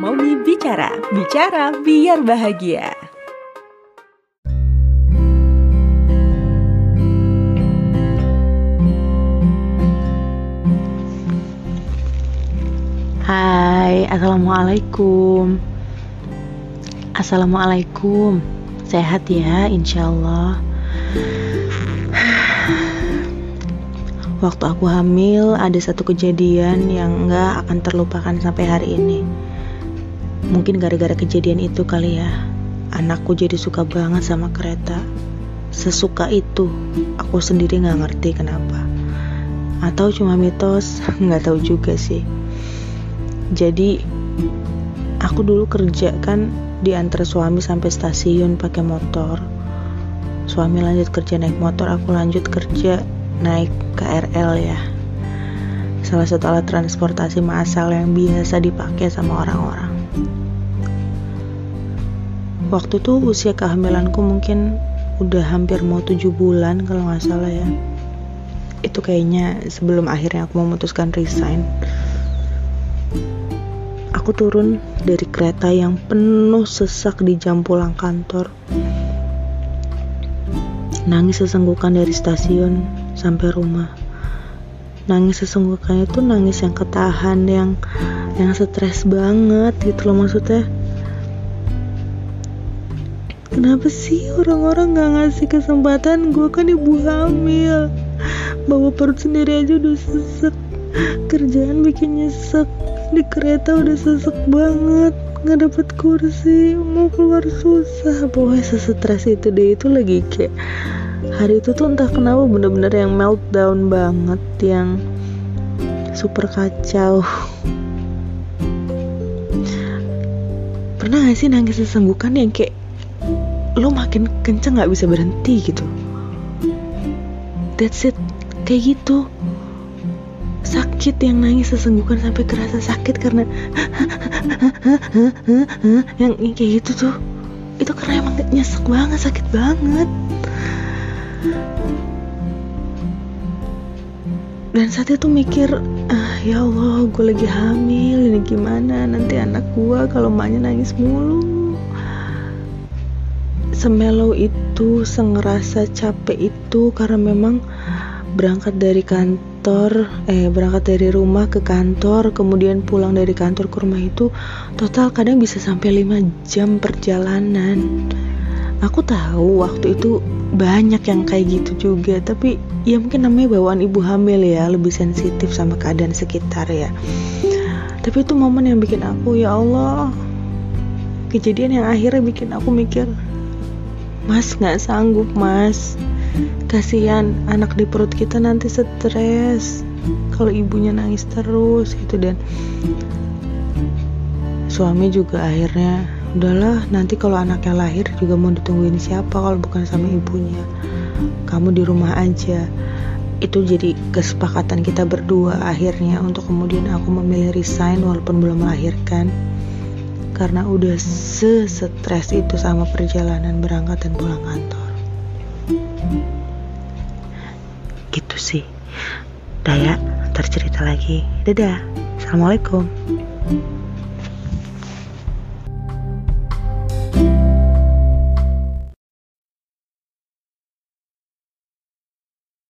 Momi Bicara, bicara biar bahagia. Hai, Assalamualaikum. Assalamualaikum. Sehat ya, insyaallah. Waktu aku hamil, ada satu kejadian yang gak akan terlupakan sampai hari ini. Mungkin gara-gara kejadian itu kali ya, anakku jadi suka banget sama kereta. Sesuka itu, aku sendiri gak ngerti kenapa. Atau cuma mitos, gak tahu juga sih. Jadi, aku dulu kerja kan diantar suami sampai stasiun pakai motor. Suami lanjut kerja naik motor, aku lanjut kerja naik KRL ya. Salah satu alat transportasi massal yang biasa dipakai sama orang-orang. Waktu itu usia kehamilanku mungkin udah hampir mau 7 bulan kalau gak salah ya. Itu kayaknya sebelum akhirnya aku memutuskan resign. Aku turun dari kereta yang penuh sesak di jam pulang kantor. Nangis sesenggukan dari stasiun sampai rumah. Nangis sesenggukan itu nangis yang ketahan, yang stres banget gitu loh maksudnya. Kenapa sih orang-orang gak ngasih kesempatan? Gue kan ibu hamil, bawa perut sendiri aja udah sesek, kerjaan bikin nyesek, di kereta udah sesek banget, gak dapet kursi, mau keluar susah. Pokoknya sesetres itu deh. Itu lagi kayak hari itu tuh entah kenapa bener-bener yang meltdown banget, yang super kacau. Pernah gak sih nangis sesenggukan yang kayak lo makin kenceng gak bisa berhenti gitu? That's it, kayak gitu. Sakit yang nangis sesenggukan sampai kerasa sakit karena yang kayak gitu tuh. Itu karena emang nyesek banget, sakit banget. Dan saat itu mikir, ya Allah, gue lagi hamil, ini gimana nanti anak gue kalau emaknya nangis mulu. Semelow itu, sengerasa capek itu karena memang berangkat dari rumah ke kantor, kemudian pulang dari kantor ke rumah itu total kadang bisa sampai 5 jam perjalanan. Aku tahu waktu itu banyak yang kayak gitu juga, tapi ya mungkin namanya bawaan ibu hamil ya, lebih sensitif sama keadaan sekitar ya. Tapi itu momen yang bikin aku, ya Allah, kejadian yang akhirnya bikin aku mikir, Mas gak sanggup mas, kasihan anak di perut kita nanti stres kalau ibunya nangis terus gitu. Dan suami juga akhirnya, udahlah nanti kalau anaknya lahir juga mau ditungguin siapa kalau bukan sama ibunya, kamu di rumah aja. Itu jadi kesepakatan kita berdua akhirnya untuk kemudian aku memilih resign walaupun belum melahirkan, karena udah stres itu sama perjalanan berangkat dan pulang kantor. Gitu sih. Udah ya, ntar cerita lagi. Dadah. Assalamualaikum.